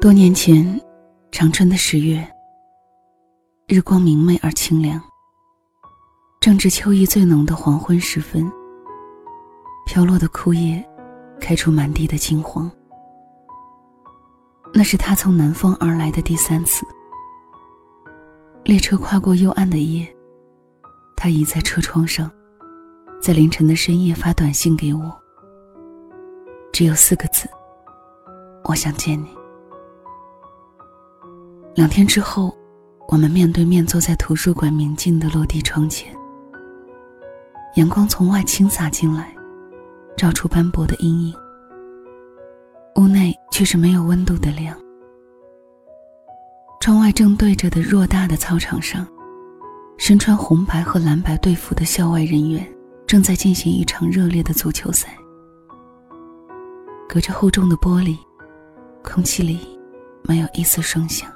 多年前，长春的10月，日光明媚而清凉，正值秋意最浓的黄昏时分，飘落的枯叶开出满地的金黄。那是他从南方而来的第3次。列车跨过幽暗的夜，他倚在车窗上，在凌晨的深夜发短信给我，只有4个字：我想见你。2天之后，我们面对面坐在图书馆明净的落地窗前，阳光从外倾洒进来，照出斑驳的阴影，屋内却是没有温度的凉。窗外正对着的偌大的操场上，身穿红白和蓝白队服的校外人员正在进行一场热烈的足球赛。隔着厚重的玻璃，空气里没有一丝声响。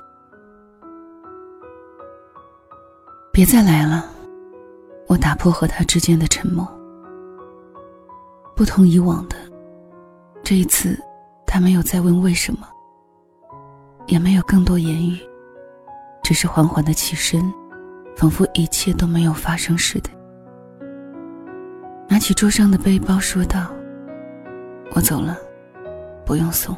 别再来了，我打破和他之间的沉默。不同以往的，这一次他没有再问为什么，也没有更多言语，只是缓缓地起身，仿佛一切都没有发生似的。拿起桌上的背包说道：我走了，不用送。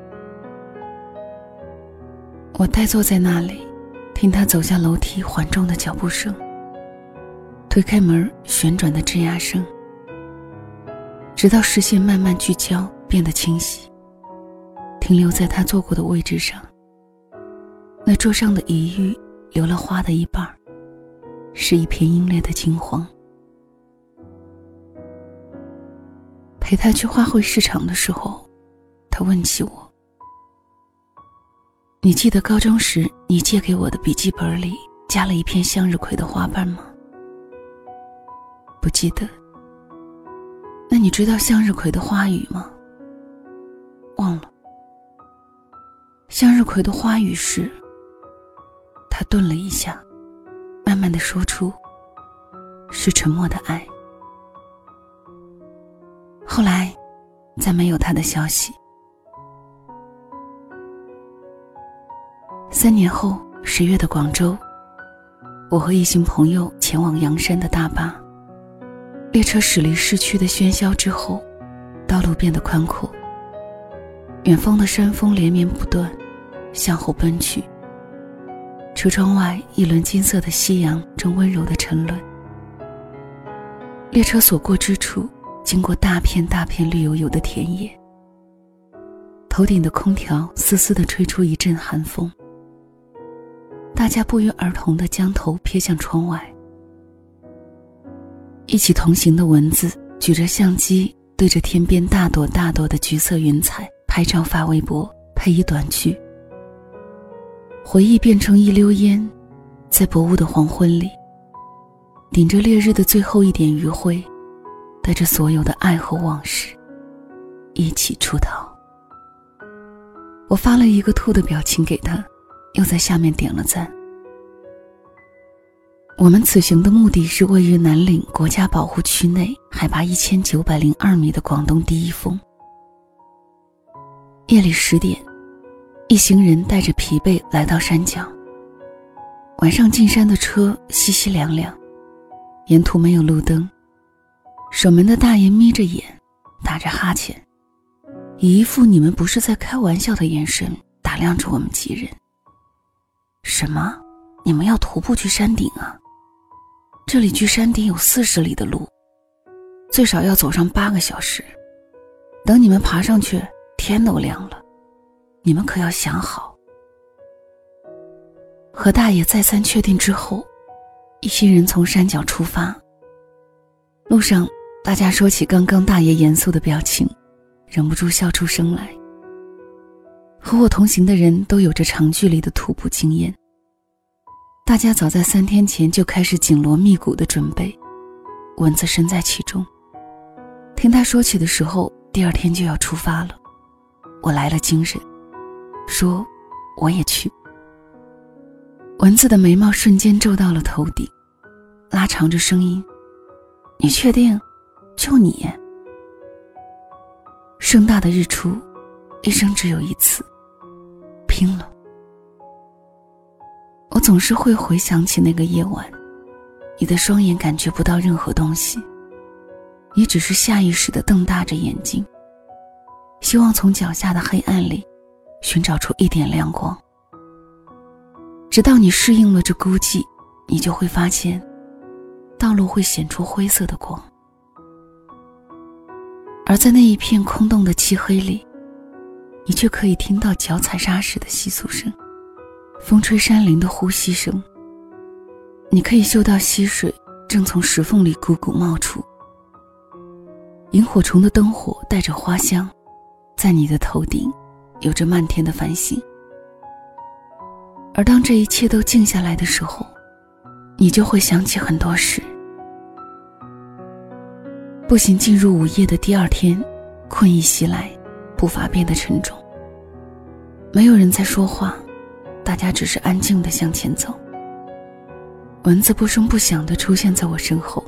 我呆坐在那里，听他走下楼梯缓重的脚步声，推开门旋转的吱呀声，直到视线慢慢聚焦，变得清晰，停留在他坐过的位置上。那桌上的一玉留了花的一半，是一片英烈的金黄。陪他去花卉市场的时候，他问起我：你记得高中时你借给我的笔记本里加了一片向日葵的花瓣吗？不记得。那你知道向日葵的花语吗？忘了。向日葵的花语是……他顿了一下，慢慢地说出：是沉默的爱。后来再没有他的消息。3年后10月的广州，我和一行朋友前往阳山的大巴。列车驶离市区的喧嚣之后，道路变得宽阔，远方的山峰连绵不断，向后奔去。车窗外一轮金色的夕阳正温柔地沉沦。列车所过之处，经过大片大片绿油油的田野，头顶的空调丝丝地吹出一阵寒风。大家不约而同地将头瞥向窗外。一起同行的蚊子举着相机，对着天边大朵大朵的橘色云彩拍照发微博，配以短句。回忆变成一溜烟，在薄雾的黄昏里，顶着烈日的最后一点余晖，带着所有的爱和往事，一起出逃。我发了一个吐的表情给他，又在下面点了赞。我们此行的目的是位于南岭国家保护区内海拔1902米的广东第一峰。夜里10点，一行人带着疲惫来到山脚。晚上进山的车淅淅凉凉，沿途没有路灯，守门的大爷眯着眼，打着哈欠，以一副你们不是在开玩笑的眼神打量着我们几人。什么？你们要徒步去山顶啊？这里距山顶有40里的路，最少要走上8个小时。等你们爬上去，天都亮了，你们可要想好。和大爷再三确定之后，一行人从山脚出发。路上，大家说起刚刚大爷严肃的表情，忍不住笑出声来。和我同行的人都有着长距离的徒步经验，大家早在3天前就开始紧锣密鼓的准备，蚊子身在其中。听他说起的时候，第2天就要出发了。我来了精神，说我也去。蚊子的眉毛瞬间皱到了头顶，拉长着声音：你确定？就你？盛大的日出，一生只有一次， 拼了。我总是会回想起那个夜晚，你的双眼感觉不到任何东西，你只是下意识地瞪大着眼睛，希望从脚下的黑暗里寻找出一点亮光。直到你适应了这孤寂，你就会发现道路会显出灰色的光。而在那一片空洞的漆黑里，你却可以听到脚踩沙石的窸窣声，风吹山林的呼吸声。你可以嗅到溪水正从石缝里汩汩冒出，萤火虫的灯火带着花香，在你的头顶有着漫天的繁星。而当这一切都静下来的时候，你就会想起很多事。步行进入午夜的第二天，困意袭来，步伐变得沉重。没有人在说话，大家只是安静地向前走。蚊子不声不响地出现在我身后。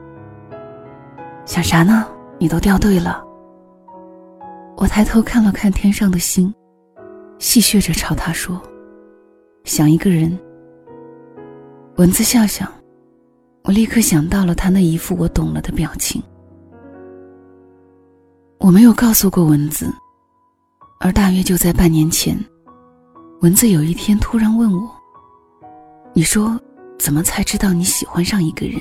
想啥呢？你都掉队了。我抬头看了看天上的星，戏谑着朝他说，想一个人。蚊子笑笑，我立刻想到了他那一副我懂了的表情。我没有告诉过蚊子，而大约就在半年前，蚊子有一天突然问我，你说怎么才知道你喜欢上一个人？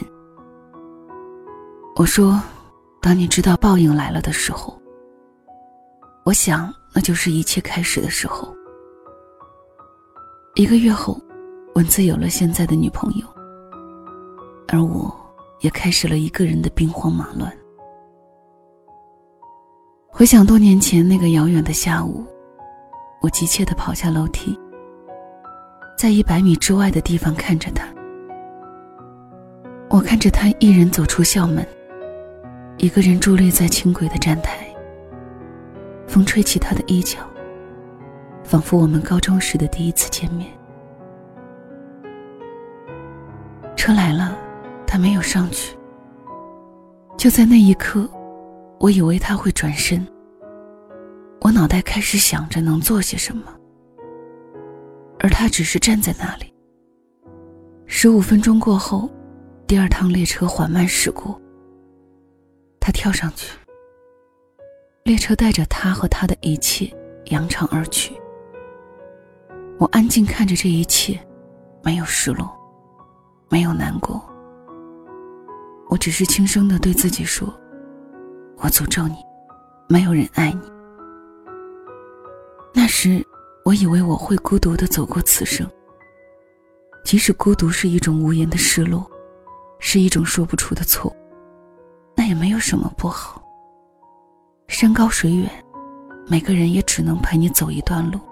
我说，当你知道报应来了的时候。我想那就是一切开始的时候。1个月后，蚊子有了现在的女朋友，而我也开始了一个人的兵荒马乱。回想多年前那个遥远的下午，我急切地跑下楼梯，在100米之外的地方看着他。我看着他一人走出校门，一个人伫立在轻轨的站台，风吹起他的衣角，仿佛我们高中时的第一次见面。车来了，他没有上去。就在那一刻，我以为他会转身，我脑袋开始想着能做些什么，而他只是站在那里。15分钟过后，第2趟列车缓慢驶过，他跳上去，列车带着他和他的一切扬长而去。我安静看着这一切，没有失落，没有难过，我只是轻声地对自己说，我诅咒你，没有人爱你。那时我以为我会孤独地走过此生，即使孤独是一种无言的失落，是一种说不出的错，那也没有什么不好。山高水远，每个人也只能陪你走一段路，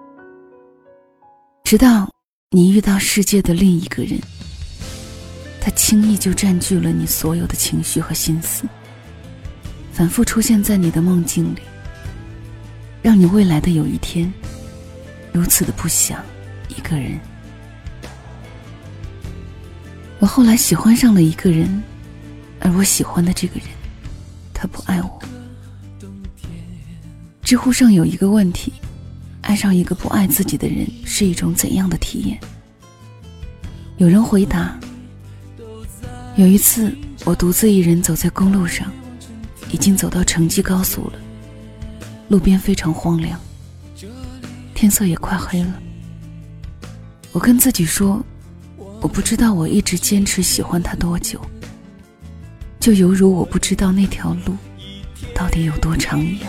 直到你遇到世界的另一个人，他轻易就占据了你所有的情绪和心思，反复出现在你的梦境里，让你未来的有一天如此的不想一个人。我后来喜欢上了一个人，而我喜欢的这个人，他不爱我。知乎上有一个问题，爱上一个不爱自己的人是一种怎样的体验？有人回答，有一次我独自一人走在公路上，已经走到城际高速了，路边非常荒凉，天色也快黑了。我跟自己说，我不知道我一直坚持喜欢他多久，就犹如我不知道那条路到底有多长一样。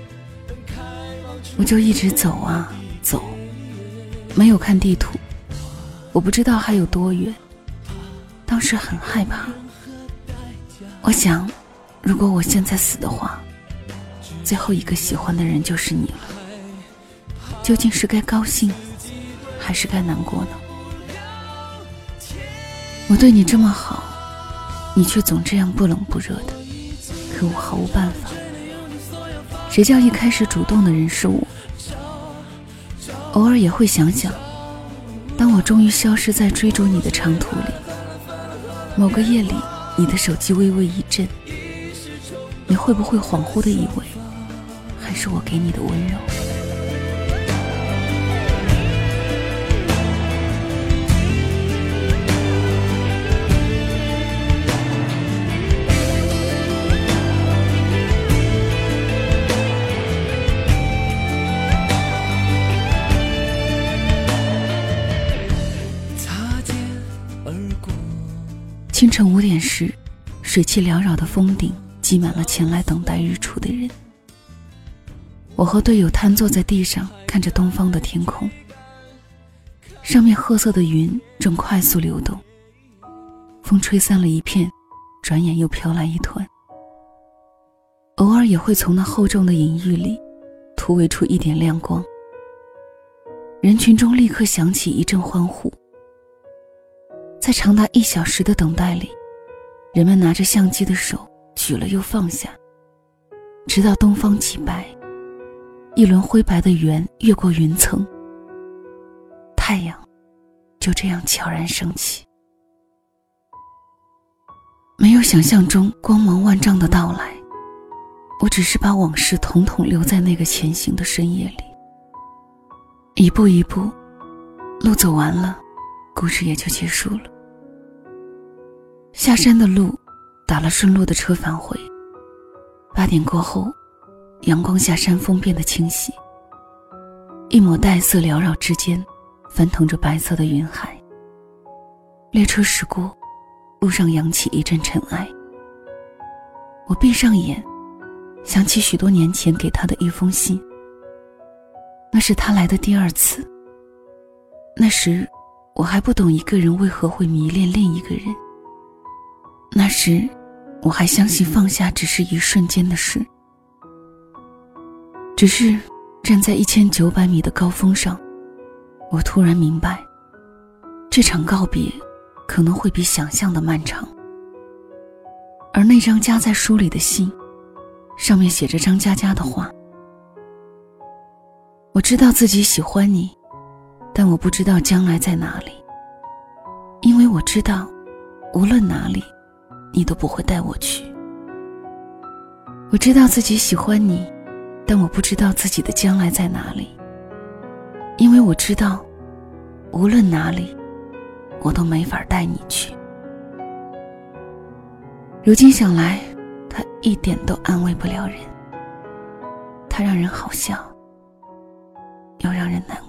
我就一直走啊走，没有看地图，我不知道还有多远。当时很害怕，我想如果我现在死的话，最后一个喜欢的人就是你了。究竟是该高兴还是该难过呢？我对你这么好，你却总这样不冷不热的，可我毫无办法。谁叫一开始主动的人是我？偶尔也会想想，当我终于消失在追逐你的长途里，某个夜里你的手机微微一震，你会不会恍惚地以为还是我给你的温柔？ 清晨5点时，水汽缭绕的峰顶挤满了前来等待日出的人。我和队友瘫坐在地上，看着东方的天空，上面褐色的云正快速流动，风吹散了一片，转眼又飘来一团。偶尔也会从那厚重的隐喻里突围出一点亮光，人群中立刻响起一阵欢呼。在长达1小时的等待里，人们拿着相机的手举了又放下，直到东方极白，一轮灰白的圆越过云层，太阳就这样悄然升起。没有想象中光芒万丈的到来，我只是把往事统统留在那个前行的深夜里。一步一步，路走完了，故事也就结束了。下山的路打了顺路的车返回，8点过后，阳光下山峰变得清晰，一抹黛色缭绕之间，翻腾着白色的云海。列车驶过，路上扬起一阵尘埃。我闭上眼，想起许多年前给他的一封信，那是他来的第2次。那时我还不懂一个人为何会迷恋另一个人，那时我还相信放下只是一瞬间的事。只是站在1900米的高峰上，我突然明白，这场告别可能会比想象的漫长。而那张夹在书里的信，上面写着张嘉佳的话：我知道自己喜欢你，但我不知道将来在哪里，因为我知道无论哪里你都不会带我去。我知道自己喜欢你，但我不知道自己的将来在哪里，因为我知道无论哪里我都没法带你去。如今想来，他一点都安慰不了人，他让人好笑，又让人难过。